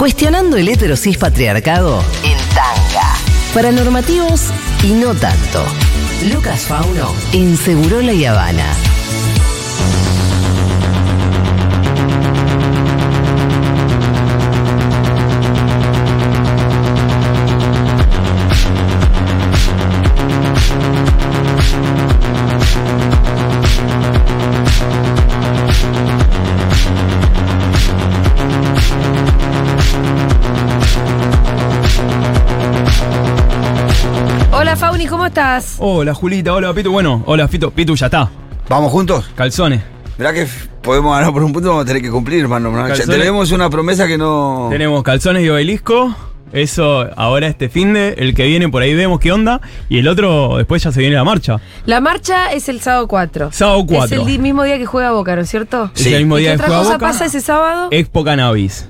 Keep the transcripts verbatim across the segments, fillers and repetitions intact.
Cuestionando el heterosis patriarcado en tanga. Para normativos y no tanto. Lucas Fauno en Segurola y Habana. Hola Fauni, ¿cómo estás? Hola Julita, hola Pitu. Bueno, hola Pitu, Pitu ya está. ¿Vamos juntos? Calzones. Mirá que podemos ganar por un punto, vamos a tener que cumplir, hermano. Calzones. Tenemos una promesa que no... Tenemos calzones y obelisco. Eso ahora este finde, el que viene por ahí vemos qué onda. Y el otro después ya se viene la marcha. La marcha es el sábado cuatro. Sábado cuatro. Es el di- mismo día que juega Boca, ¿no es cierto? Es el mismo ¿Y día qué que otra juega cosa Boca. pasa ese sábado? Expo Cannabis.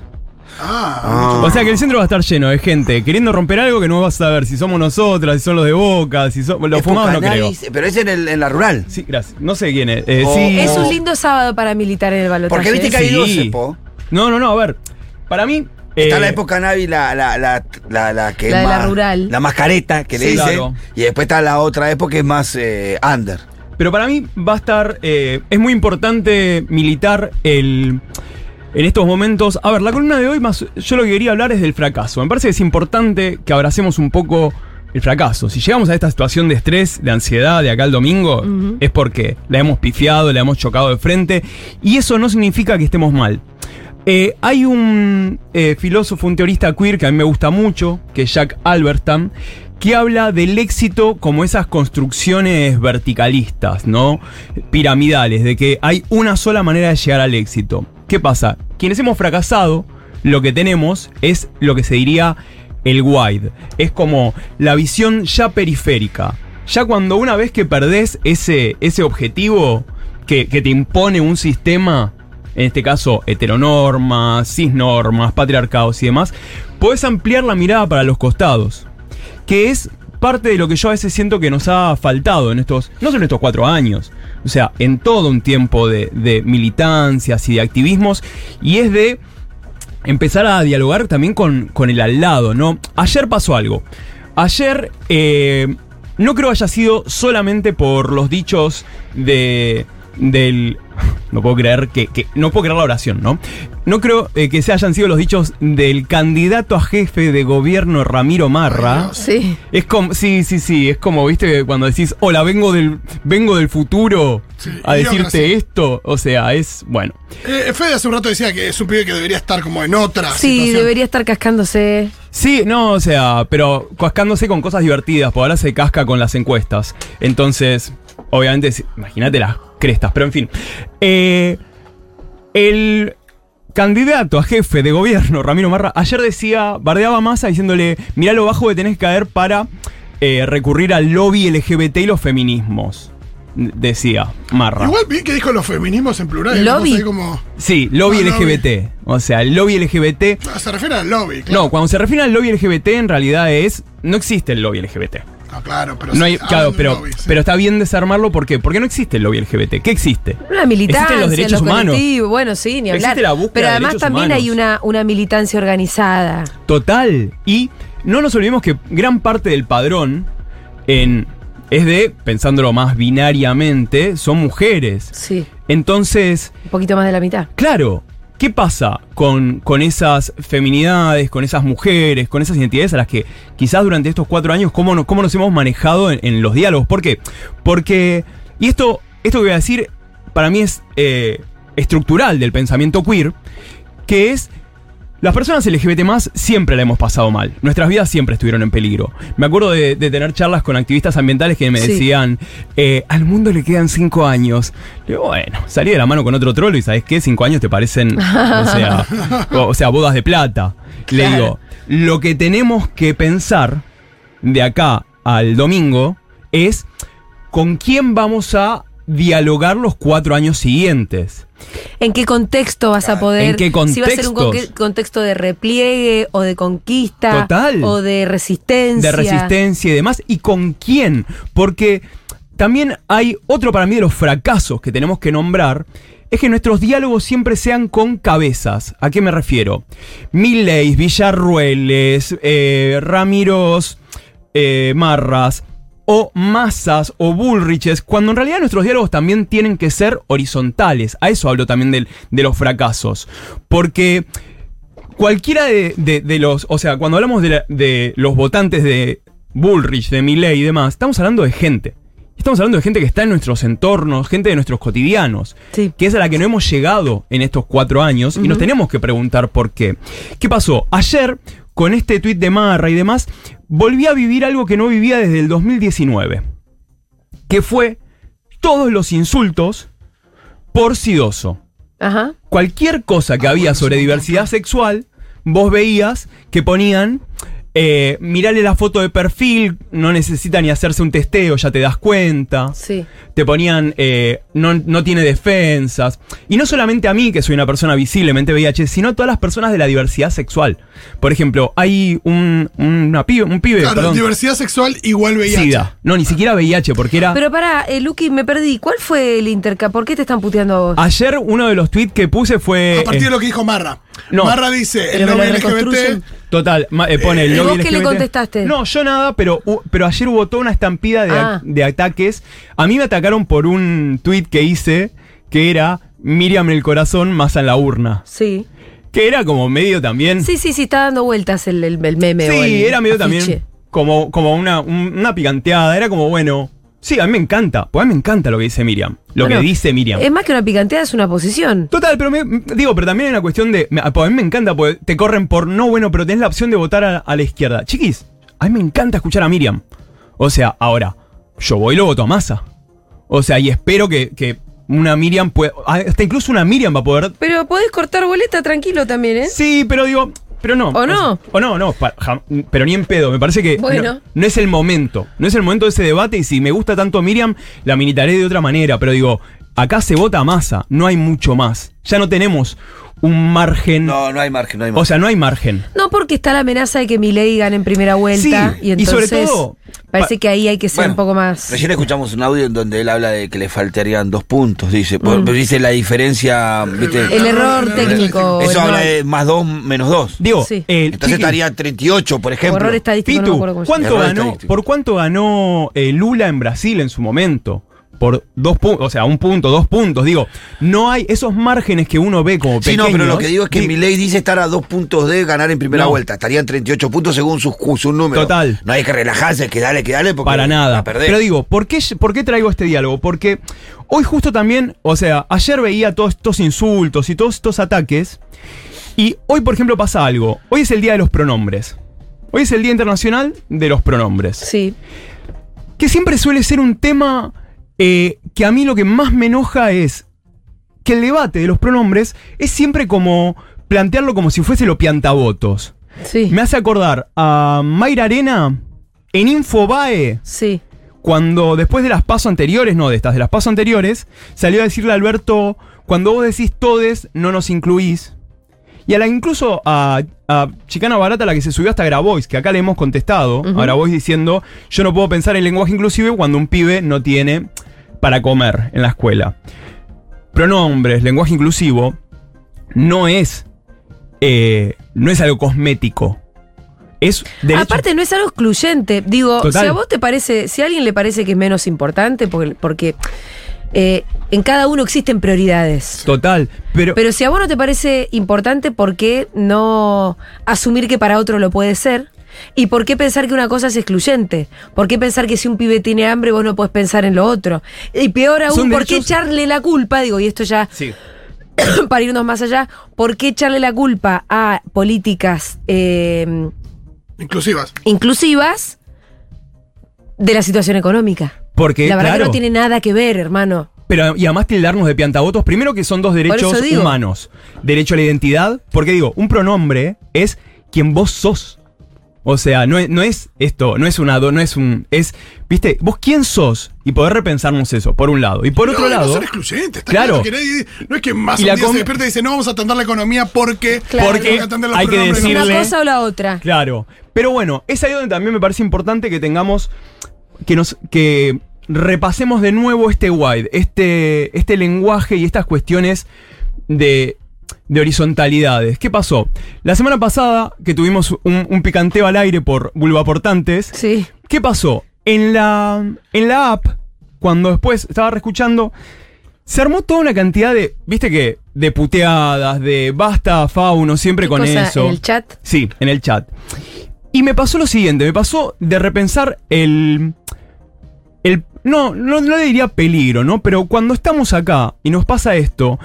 Ah. O sea que el centro va a estar lleno de gente queriendo romper algo que no vas a saber si somos nosotras, si son los de Boca, si son los Expo fumados, no creo. Cannabis, pero es en, el, en la rural. Sí, gracias. No sé quién es. Eh, Oh. sí. Es un lindo sábado para militar en el balotaje. Porque viste que hay Sí. dos Expo. No, no, no, a ver. Para mí. Está eh, la Expo Cannabis, la, la, la, la, la que La es de la más- rural. La más careta, que le Sí, dicen. claro. Y después está la otra Expo que es más eh, under. Pero para mí va a estar. eh, es muy importante militar el. En estos momentos. A ver, la columna de hoy, más yo lo que quería hablar es del fracaso. Me parece que es importante que abracemos un poco el fracaso. Si llegamos a esta situación de estrés, de ansiedad de acá el domingo, Ujú. es porque la hemos pifiado, la hemos chocado de frente. Y eso no significa que estemos mal. Eh, hay un eh, filósofo, un teorista queer que a mí me gusta mucho, que es Jack Halberstam, que habla del éxito como esas construcciones verticalistas, ¿no? Piramidales, de que hay una sola manera de llegar al éxito. ¿Qué pasa? Quienes hemos fracasado, lo que tenemos es lo que se diría el wide. Es como la visión ya periférica. Ya cuando una vez que perdés ese, ese objetivo que, que te impone un sistema, en este caso heteronormas, cisnormas, patriarcados y demás, podés ampliar la mirada para los costados. Que es parte de lo que yo a veces siento que nos ha faltado en estos, no solo en estos cuatro años, o sea, en todo un tiempo de, de militancias y de activismos, y es de empezar a dialogar también con, con el al lado, ¿no? Ayer pasó algo. Ayer, eh, no creo haya sido solamente por los dichos de... del... No puedo creer que, que... No puedo creer la oración, ¿no? No creo eh, que se hayan sido los dichos del candidato a jefe de gobierno Ramiro Marra. Sí. Es como... Sí, sí, sí. Es como, viste, cuando decís, hola, vengo del, vengo del futuro Sí, a y decirte ahora sí. esto. O sea, es... Bueno. Eh, Fede hace un rato decía que es un pibe que debería estar como en otra Sí, situación. debería estar cascándose. Sí, no, o sea, pero cascándose con cosas divertidas, porque ahora se casca con las encuestas. Entonces, obviamente, si- imagínate las crestas, pero en fin. Eh, el candidato a jefe de gobierno, Ramiro Marra, ayer decía, bardeaba a Massa diciéndole, mirá lo bajo que tenés que caer para eh, recurrir al lobby L G B T y los feminismos. Decía Marra. Igual bien que dijo los feminismos en plural. Lobby. una cosa ahí como, Sí, lobby Ah, L G B lobby. T. O sea, el lobby L G B T. ah, se refiere al lobby, claro. No, cuando se refiere al lobby L G B T, en realidad es. No existe el lobby L G B T. Ah, claro, pero No hay, sí, claro, hablan de pero, lobby, sí. pero está bien desarmarlo. ¿Por qué? Porque no existe el lobby L G B T. ¿Qué existe? Una militancia, Existen los derechos humanos. colectivos, bueno, sí, ni Existe hablar. la búsqueda Pero de además derechos también humanos. hay una, una militancia organizada. Total. Y no nos olvidemos que gran parte del padrón en, es de, pensándolo más binariamente, son mujeres. Sí, Entonces, un poquito más de la mitad. claro, ¿qué pasa con, con esas feminidades, con esas mujeres, con esas identidades a las que quizás durante estos cuatro años, cómo, no- cómo nos hemos manejado en, en los diálogos? ¿Por qué? Porque, y esto, esto que voy a decir, para mí es eh, estructural del pensamiento queer, que es, las personas L G B T más siempre la hemos pasado mal. Nuestras vidas siempre estuvieron en peligro. Me acuerdo de, de tener charlas con activistas ambientales que me Sí. decían, eh, al mundo le quedan cinco años. Le digo, bueno, salí de la mano con otro trolo y ¿sabes qué? Cinco años te parecen, o sea, o, o sea, bodas de plata. Le Claro. digo, lo que tenemos que pensar de acá al domingo es con quién vamos a dialogar los cuatro años siguientes. ¿En qué contexto vas a poder? ¿En qué Si va a ser un contextos? conque- contexto de repliegue o de conquista. Total. O de resistencia. De resistencia y demás. ¿Y con quién? Porque también hay otro para mí de los fracasos que tenemos que nombrar. es que nuestros diálogos siempre sean con cabezas. ¿A qué me refiero? Milei, Villarrueles, eh, Ramiros, eh, Marras, o Massas, o Bullriches, cuando en realidad nuestros diálogos también tienen que ser horizontales. A eso hablo también de, de los fracasos. Porque cualquiera de, de, de los... O sea, cuando hablamos de, la, de los votantes de Bullrich, de Milei y demás, estamos hablando de gente. Estamos hablando de gente que está en nuestros entornos, gente de nuestros cotidianos, Sí. que es a la que no hemos llegado en estos cuatro años, Ujú. y nos tenemos que preguntar por qué. ¿Qué pasó? Ayer, con este tuit de Marra y demás, volví a vivir algo que no vivía desde el dos mil diecinueve, que fue todos los insultos por sidoso. Ajá. Cualquier cosa que Ah, había bueno, sobre es un diversidad montón. sexual, vos veías que ponían, eh, mirale la foto de perfil, no necesita ni hacerse un testeo, ya te das cuenta. Sí. Te ponían, eh, no, no tiene defensas. Y no solamente a mí, que soy una persona visiblemente V I H, sino a todas las personas de la diversidad sexual. Por ejemplo, hay un, una pibe, un pibe, Claro, perdón, diversidad sexual igual V I H. SIDA. No, ni siquiera V I H, porque era... Pero pará, eh, Luqui, me perdí. ¿Cuál fue el intercambio? ¿Por qué te están puteando a vos? Ayer uno de los tweets que puse fue... A partir eh, de lo que dijo Marra. no. Marra dice, Pero el me lobby lo L G B T... reconstruyen. Total, ma- eh, pone el ¿Y lobby vos qué le L G B T. contestaste? No, yo nada, pero, hu- pero ayer hubo toda una estampida de, Ah. de ataques. A mí me atacaron por un tweet que hice que era Miriam en el corazón, Massa en la urna. Sí. Que era como medio también... Sí, sí, sí, está dando vueltas el, el, el meme. o el Sí, era medio afiche. también como, como una, un- una picanteada. Era como, bueno... Sí, a mí me encanta. Pues a mí me encanta lo que dice Miriam. Lo Bueno, que dice Miriam. Es más que una picanteada, es una posición. Total, pero me, digo, pero también hay una cuestión de... me- pues a mí me encanta, porque te corren por no, bueno, pero tenés la opción de votar a, a la izquierda. Chiquis, a mí me encanta escuchar a Miriam. O sea, ahora, yo voy y lo voto a Massa. O sea, y espero que, que una Miriam pueda... Hasta incluso una Miriam va a poder... Pero podés cortar boleta tranquilo también, ¿eh? Sí, pero digo... Pero no. ¿O no? O no, no. pa- jam- pero ni en pedo. Me parece que Bueno. no, no es el momento. No es el momento de ese debate. Y si me gusta tanto Miriam, la militaré de otra manera. Pero digo, acá se vota a Massa. No hay mucho más. Ya no tenemos un margen. No, no hay margen, no hay margen. O sea, no hay margen. No, porque está la amenaza de que Milei gane en primera vuelta. Sí, y y entonces sobre todo- parece pa- que ahí hay que ser Bueno, un poco más. Recién escuchamos un audio en donde él habla de que le faltarían dos puntos, dice. Por- Mm. pero dice la diferencia, ¿viste? El error técnico. Eso el habla error- de más dos, menos dos. Digo, Sí. eh, Entonces Chiqui, estaría treinta y ocho, por o ejemplo. error estadístico, no me Pitu, acuerdo cómo se ¿cuánto Error ganó, estadístico. ¿por cuánto ganó eh, Lula en Brasil en su momento? Por dos puntos, o sea, un punto, dos puntos. Digo, no hay esos márgenes que uno ve como Sí, pequeños. no, pero lo que digo es que Di- Milei dice estar a dos puntos de ganar en primera No. vuelta. Estarían treinta y ocho puntos según sus su número. Total. No hay que relajarse, que dale, que dale, porque Para va nada. a perder. Pero digo, ¿por qué, ¿por qué traigo este diálogo? Porque hoy justo también, o sea, ayer veía todos estos insultos y todos estos ataques. Y hoy, por ejemplo, pasa algo. Hoy es el Día de los Pronombres. Hoy es el Día Internacional de los Pronombres. Sí. Que siempre suele ser un tema eh, que a mí lo que más me enoja es que el debate de los pronombres es siempre como plantearlo como si fuese lo piantavotos. Sí. Me hace acordar a Mayra Arena en Infobae, Sí. cuando después de las pasos anteriores, no de estas, de las pasos anteriores, salió a decirle a Alberto, cuando vos decís todes, no nos incluís. Y a la, incluso a, a Chicana Barata, la que se subió hasta Grabois, que acá le hemos contestado, Ujú. a Grabois diciendo, yo no puedo pensar en lenguaje inclusivo cuando un pibe no tiene para comer en la escuela. Pronombres, lenguaje inclusivo, no es, eh, no es algo cosmético. Es derecho. Aparte no es algo excluyente. Digo, Total. si a vos te parece, si a alguien le parece que es menos importante, porque, porque eh, en cada uno existen prioridades. Total, pero, Pero si a vos no te parece importante, ¿por qué no asumir que para otro lo puede ser? ¿Y por qué pensar que una cosa es excluyente? ¿Por qué pensar que si un pibe tiene hambre vos no podés pensar en lo otro? Y peor aún, Son ¿por qué derechos- echarle la culpa? Digo, y esto ya, sí. para irnos más allá, ¿por qué echarle la culpa a políticas eh, Inclusivas. inclusivas de la situación económica? Porque, La verdad claro, que no tiene nada que ver, hermano. pero y además tildarnos de piantavotos, primero que son dos derechos eso digo. humanos. Derecho a la identidad, porque digo, un pronombre es quien vos sos. O sea, no es, no es esto, no es una, no es un, es, viste, vos quién sos y poder repensarnos eso, por un lado. Y por otro no, lado, No son excluyentes. Está claro. claro. que nadie- no es que más Y un la día com- se despierta y dice, no vamos a atender la economía porque, Claro. Porque tenemos atender los hay que pronombres. decirle- Una cosa o la otra. claro. Pero bueno, es ahí donde también me parece importante que tengamos, que nos, que repasemos de nuevo este wide, este, este lenguaje y estas cuestiones de, de horizontalidades. ¿Qué pasó? La semana pasada, que tuvimos un, un picanteo al aire por vulvaportantes, Sí. ¿qué pasó? En la, en la app, cuando después estaba reescuchando, se armó toda una cantidad de, viste que, de puteadas, de basta Fauno, siempre ¿Qué con cosa, eso. en el chat? Sí, en el chat. Y me pasó lo siguiente, me pasó de repensar el... el no, no, no le diría peligro, ¿no? Pero cuando estamos acá y nos pasa esto,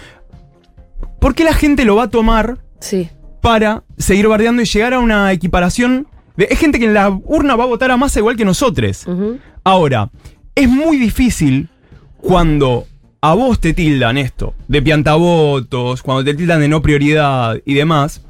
¿por qué la gente lo va a tomar Sí. para seguir bardeando y llegar a una equiparación? De, es gente que en la urna va a votar a Massa igual que nosotros. Ujú. Ahora, es muy difícil cuando a vos te tildan esto, de piantavotos, cuando te tildan de no prioridad y demás,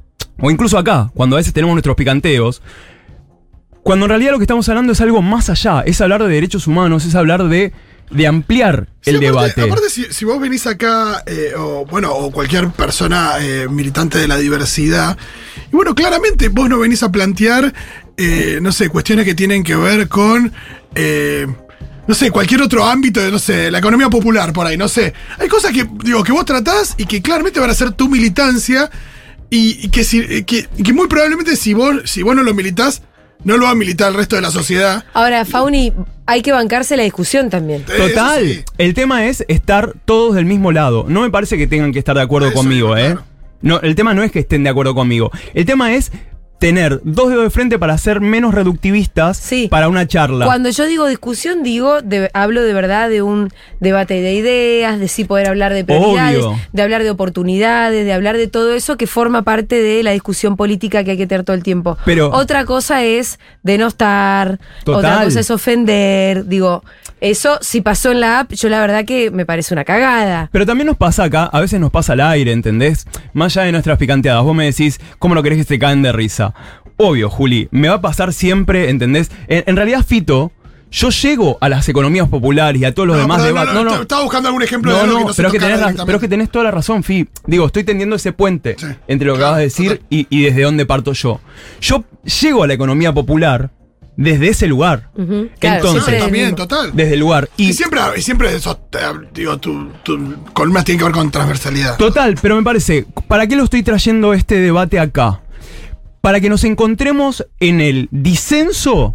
o incluso acá, cuando a veces tenemos nuestros picanteos, cuando en realidad lo que estamos hablando es algo más allá, es hablar de derechos humanos, es hablar de, de ampliar Sí, el aparte, debate. Aparte, si, si vos venís acá, eh, o bueno, o cualquier persona eh, militante de la diversidad, y bueno, claramente vos no venís a plantear, eh, no sé, cuestiones que tienen que ver con, eh, no sé, cualquier otro ámbito de, no sé, la economía popular por ahí, no sé. Hay cosas que, digo, que vos tratás y que claramente van a ser tu militancia, y, y que, si, que, y que muy probablemente si vos, si vos no lo militás, no lo va a militar el resto de la sociedad. Ahora, Fauni, hay que bancarse la discusión también. Eh, Total, eso sí. el tema es estar todos del mismo lado. No me parece que tengan que estar de acuerdo Eso conmigo, digo, ¿eh? claro. No, el tema no es que estén de acuerdo conmigo. El tema es tener dos dedos de frente para ser menos reductivistas Sí. para una charla. Cuando yo digo discusión, digo, de- hablo de verdad de un debate de ideas, de sí poder hablar de prioridades, Obvio. de hablar de oportunidades, de hablar de todo eso que forma parte de la discusión política que hay que tener todo el tiempo. Pero- otra cosa es denostar, Total. otra cosa es ofender, digo, eso si pasó en la app, yo la verdad que me parece una cagada. Pero también nos pasa acá, a veces nos pasa al aire, ¿entendés? Más allá de nuestras picanteadas, vos me decís, ¿cómo no querés que se caen de risa? Obvio, Juli, me va a pasar siempre, ¿entendés? En, en realidad, Fito, yo llego a las economías populares y a todos los No, demás perdón, debates. no, No, no, no, estaba buscando algún ejemplo de no, algo no, que no se pero, es que tocara tenés, ra- directamente. pero es que tenés toda la razón, Fi. Digo, estoy tendiendo ese puente Sí. entre lo que Claro, acabas de decir total. y, y desde dónde parto yo. Yo llego a la economía popular desde ese lugar. Ujú, claro, Entonces, siempre También, mismo. total. desde el lugar. Y, Y siempre, y siempre eso, eh, digo, tu, tu columnas tienen que ver con transversalidad. total, pero me parece, ¿para qué lo estoy trayendo este debate acá? Para que nos encontremos en el disenso,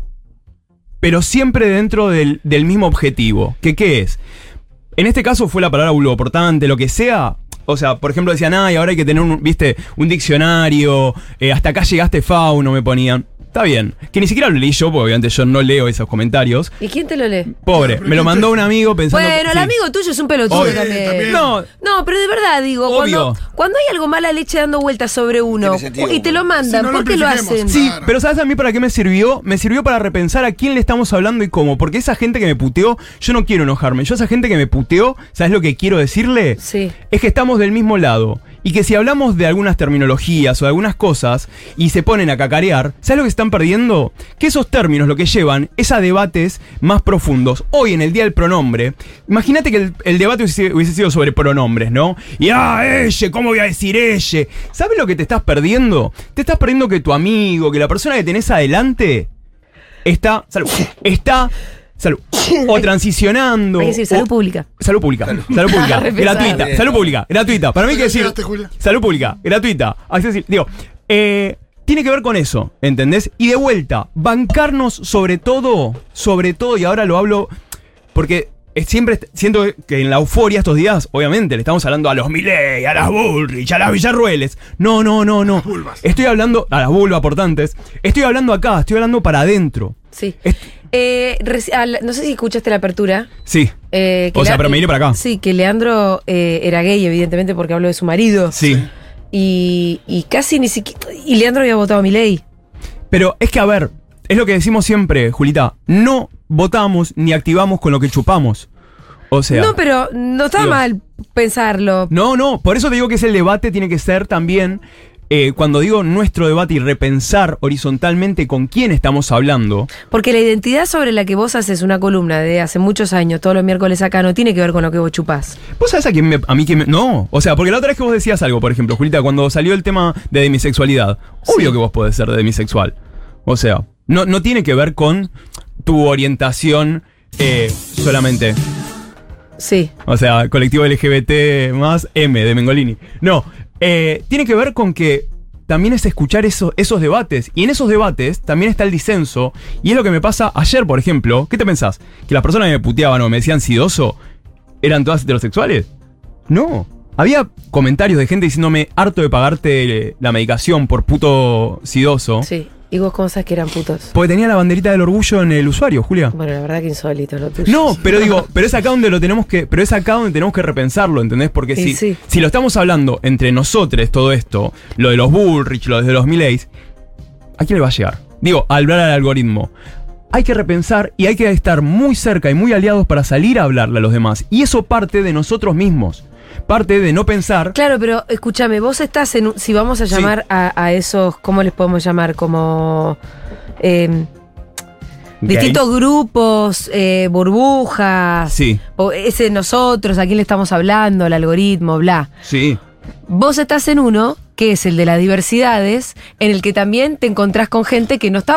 pero siempre dentro del, del mismo objetivo. ¿Que qué es? En este caso fue la palabra vulvoportante, lo que sea. O sea, por ejemplo, decían, ay, ahora hay que tener un, viste, un diccionario, eh, hasta acá llegaste Fauno, me ponían. Está bien. Que ni siquiera lo leí yo, porque obviamente yo no leo esos comentarios. ¿Y quién te lo lee? Pobre, Pero me lo ¿quién mandó te- un amigo pensando... Bueno, el sí. amigo tuyo es un pelotudo Obvio, también. también. No, No, pero de verdad digo, Obvio. cuando, cuando hay algo mala leche dando vueltas sobre uno Tiene sentido. y te lo mandan, Sí, no lo ¿por qué lo amplifiquemos. hacen? sí, Claro. pero ¿sabes a mí para qué me sirvió? Me sirvió para repensar a quién le estamos hablando y cómo. Porque esa gente que me puteó, yo no quiero enojarme. Yo a esa gente que me puteó, ¿sabes lo que quiero decirle? Sí. Es que estamos del mismo lado. Y que si hablamos de algunas terminologías o de algunas cosas y se ponen a cacarear, ¿sabes lo que están perdiendo? Que esos términos lo que llevan es a debates más profundos. Hoy, en el Día del Pronombre, imagínate que el, el debate hubiese, hubiese sido sobre pronombres, ¿no? Y, ah, ella, ¿cómo voy a decir ella? ¿Sabes lo que te estás perdiendo? Te estás perdiendo que tu amigo, que la persona que tenés adelante está... Salud. Está... Salud. O transicionando. Hay que decir salud o- pública. Salud pública. Salud pública. Re gratuita. pesado. Salud pública. Gratuita. Para mí hay que ¿Qué decir. llegaste, Julia? Salud pública. Gratuita. Accesible. Digo, eh, tiene que ver con eso. ¿Entendés? Y de vuelta, bancarnos sobre todo. Sobre todo, y ahora lo hablo porque es siempre est- siento que en la euforia estos días, obviamente, le estamos hablando a los Milei, a las Bullrich, a las Villarrueles. No, no, no, no. vulvas. Estoy hablando. A las vulvas aportantes. Estoy hablando acá. Estoy hablando para adentro. Sí. Es- Eh, reci- a la- no sé si escuchaste la apertura. sí. eh, que O sea, Lea- pero me vine para acá. Sí, que Leandro eh, era gay, evidentemente, porque habló de su marido. Sí. Y, y casi ni siquiera. Y Leandro había votado a Milei. Pero es que, a ver, es lo que decimos siempre, Julita. No votamos ni activamos con lo que chupamos. O sea. No, pero no está digo- mal pensarlo. No, no, por eso te digo que ese debate tiene que ser también, eh, cuando digo nuestro debate y repensar horizontalmente con quién estamos hablando. Porque la identidad sobre la que vos haces una columna de hace muchos años, todos los miércoles acá, no tiene que ver con lo que vos chupás. ¿Vos sabés a quién me, a mí que me, no, o sea, porque la otra vez que vos decías algo, por ejemplo, Julita, cuando salió el tema de demisexualidad, obvio Sí. que vos podés ser demisexual. O sea, no, no tiene que ver con tu orientación eh, solamente. Sí. O sea, colectivo L G B T más M de Mengolini. No, eh, tiene que ver con que también es escuchar esos, esos debates. Y en esos debates también está el disenso. Y es lo que me pasa ayer, por ejemplo. ¿Qué te pensás? ¿Que las personas que me puteaban o me decían sidoso eran todas heterosexuales? No. Había comentarios de gente diciéndome harto de pagarte la medicación por puto sidoso. Sí. ¿Y vos cómo sabes que eran putos? Porque tenía la banderita del orgullo en el usuario, Julia. Bueno, la verdad que insólito lo tuyo. No, pero digo, pero es acá donde lo tenemos que, pero es acá donde tenemos que repensarlo, ¿entendés? Porque Sí, si, sí. si lo estamos hablando entre nosotros todo esto, lo de los Bullrich, lo de los Mileys, ¿a quién le va a llegar? Digo, al hablar al algoritmo. Hay que repensar y hay que estar muy cerca y muy aliados para salir a hablarle a los demás. Y eso parte de nosotros mismos. Parte de no pensar. Claro, pero escúchame, vos estás en un, si vamos a llamar Sí. a, a esos, ¿cómo les podemos llamar? Como eh, Gay. distintos grupos, eh, burbujas, Sí, o ese nosotros, a quién le estamos hablando, el algoritmo, bla. sí. Vos estás en uno, que es el de las diversidades, en el que también te encontrás con gente que no está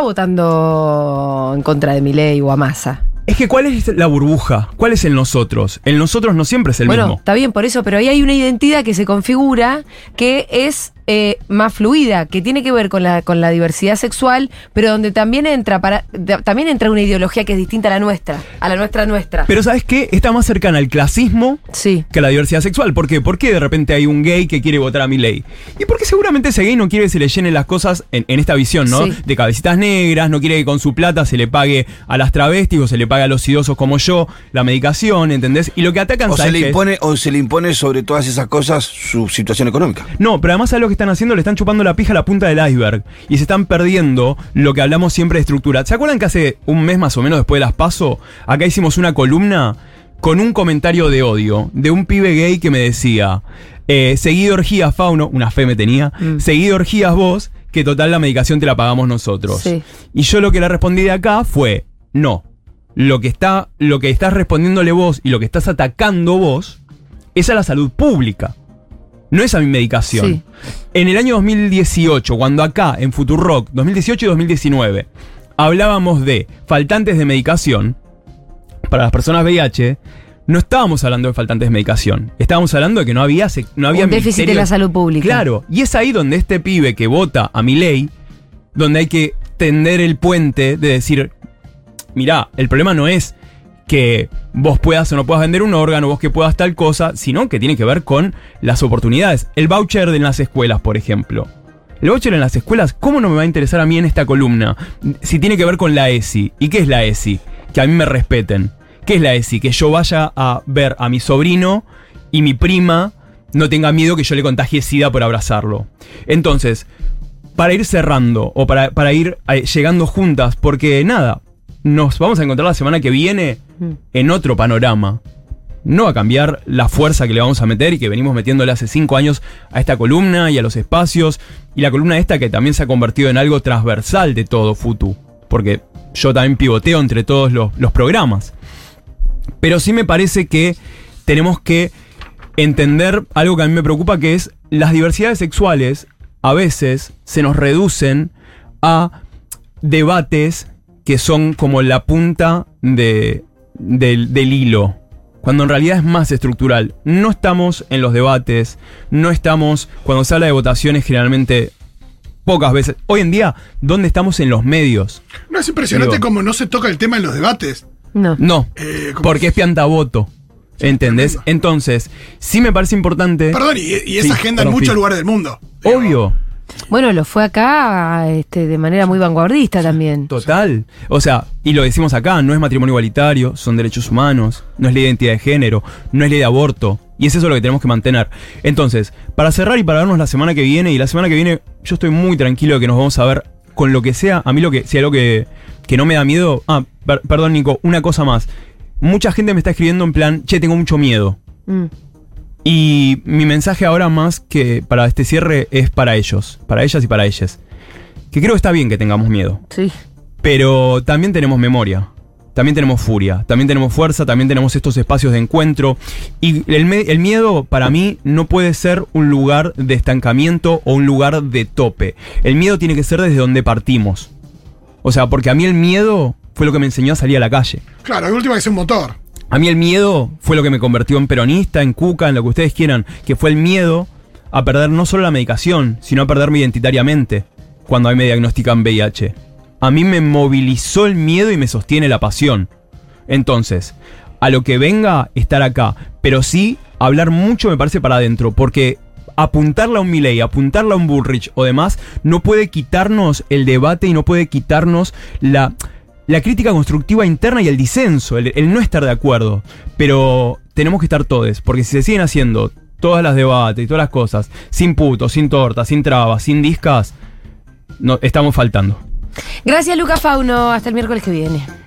votando en contra de Milei o a Massa. Es que ¿cuál es la burbuja? ¿Cuál es el nosotros? El nosotros no siempre es el Bueno, mismo. está bien por eso, pero ahí hay una identidad que se configura que es eh, más fluida, que tiene que ver con la, con la diversidad sexual, pero donde también entra para de- también entra una ideología que es distinta a la nuestra, a la nuestra nuestra. Pero ¿sabes qué? Está más cercana al clasismo Sí. que a la diversidad sexual. ¿Por qué? ¿Por qué de repente hay un gay que quiere votar a Milei? Y porque seguramente ese gay no quiere que se le llenen las cosas en, en esta visión, ¿no? Sí. De cabecitas negras, no quiere que con su plata se le pague a las travestis o se le pague a los idosos como yo la medicación, ¿entendés? Y lo que atacan O se, ¿sabes le qué es? impone, o se le impone sobre todas esas cosas su situación económica. No, pero además ¿sabes lo que están haciendo? Le están chupando la pija a la punta del iceberg. Y se están perdiendo lo que hablamos siempre de estructura. ¿Se acuerdan que hace un mes más o menos después de las PASO, acá hicimos una columna con un comentario de odio de un pibe gay que me decía, eh, seguido orgías Fauno, una fe me tenía, Mm. seguido orgías vos, que total la medicación te la pagamos nosotros. Sí. Y yo lo que le respondí de acá fue, no, lo que, está, lo que estás respondiéndole vos y lo que estás atacando vos es a la salud pública. No es a mi medicación. Sí. En el año dos mil dieciocho, cuando acá, en Futurock, dos mil dieciocho y dos mil diecinueve, hablábamos de faltantes de medicación para las personas V I H, no estábamos hablando de faltantes de medicación. Estábamos hablando de que no había, sec- no había Un déficit ministerio- de la salud pública. Claro, y es ahí donde este pibe que vota a Milei, donde hay que tender el puente de decir, mirá, el problema no es que vos puedas o no puedas vender un órgano, vos que puedas tal cosa, sino que tiene que ver con las oportunidades. El voucher en las escuelas, por ejemplo. El voucher en las escuelas, ¿cómo no me va a interesar a mí en esta columna? Si tiene que ver con la ESI. ¿Y qué es la ESI? Que a mí me respeten. ¿Qué es la ESI? Que yo vaya a ver a mi sobrino y mi prima no tenga miedo que yo le contagie SIDA por abrazarlo. Entonces, para ir cerrando o para, para ir eh, llegando juntas, porque nada, nos vamos a encontrar la semana que viene en otro panorama. No va a cambiar la fuerza que le vamos a meter y que venimos metiéndole hace cinco años a esta columna y a los espacios. Y la columna esta que también se ha convertido en algo transversal de todo Futu. Porque yo también pivoteo entre todos los, los programas. Pero sí me parece que tenemos que entender algo que a mí me preocupa, que es las diversidades sexuales a veces se nos reducen a debates que son como la punta de, del, del hilo, cuando en realidad es más estructural. No estamos en los debates, no estamos, cuando se habla de votaciones generalmente pocas veces. Hoy en día, ¿dónde estamos en los medios? No, es impresionante Digo- cómo no se toca el tema en los debates. No. No, Eh, como- porque es piantavoto, ¿entendés? tremendo. Entonces, sí me parece importante... Perdón, y, y esa Sí, agenda en perdón, muchos Phil. lugares del mundo. Digo, Obvio. Bueno, lo fue acá este, de manera muy vanguardista también. Total. O sea, y lo decimos acá, no es matrimonio igualitario, son derechos humanos, no es ley de identidad de género, no es ley de aborto. Y es eso lo que tenemos que mantener. Entonces, para cerrar y para vernos la semana que viene, y la semana que viene yo estoy muy tranquilo de que nos vamos a ver con lo que sea. A mí lo que, si hay algo que, que no me da miedo... Ah, per- perdón Nico, una cosa más. Mucha gente me está escribiendo en plan, che, tengo mucho miedo. Mm. Y mi mensaje ahora más que para este cierre es para ellos, para ellas y para ellas. Que creo que está bien que tengamos miedo. Sí. Pero también tenemos memoria, también tenemos furia, también tenemos fuerza, también tenemos estos espacios de encuentro. Y el, me- el miedo para mí no puede ser un lugar de estancamiento o un lugar de tope. El miedo tiene que ser desde donde partimos. O sea, porque a mí el miedo fue lo que me enseñó a salir a la calle. Claro, de última que es un motor. A mí el miedo fue lo que me convirtió en peronista, en cuca, en lo que ustedes quieran, que fue el miedo a perder no solo la medicación, sino a perderme identitariamente cuando a mí me diagnostican V I H. A mí me movilizó el miedo y me sostiene la pasión. Entonces, a lo que venga, estar acá. Pero sí, hablar mucho me parece para adentro, porque apuntarla a un Milei, apuntarla a un Bullrich o demás, no puede quitarnos el debate y no puede quitarnos la, la crítica constructiva interna y el disenso, el, el no estar de acuerdo. Pero tenemos que estar todos, porque si se siguen haciendo todas las debates y todas las cosas, sin putos, sin tortas, sin trabas, sin discas, no, estamos faltando. Gracias, Lucas Fauno. Hasta el miércoles que viene.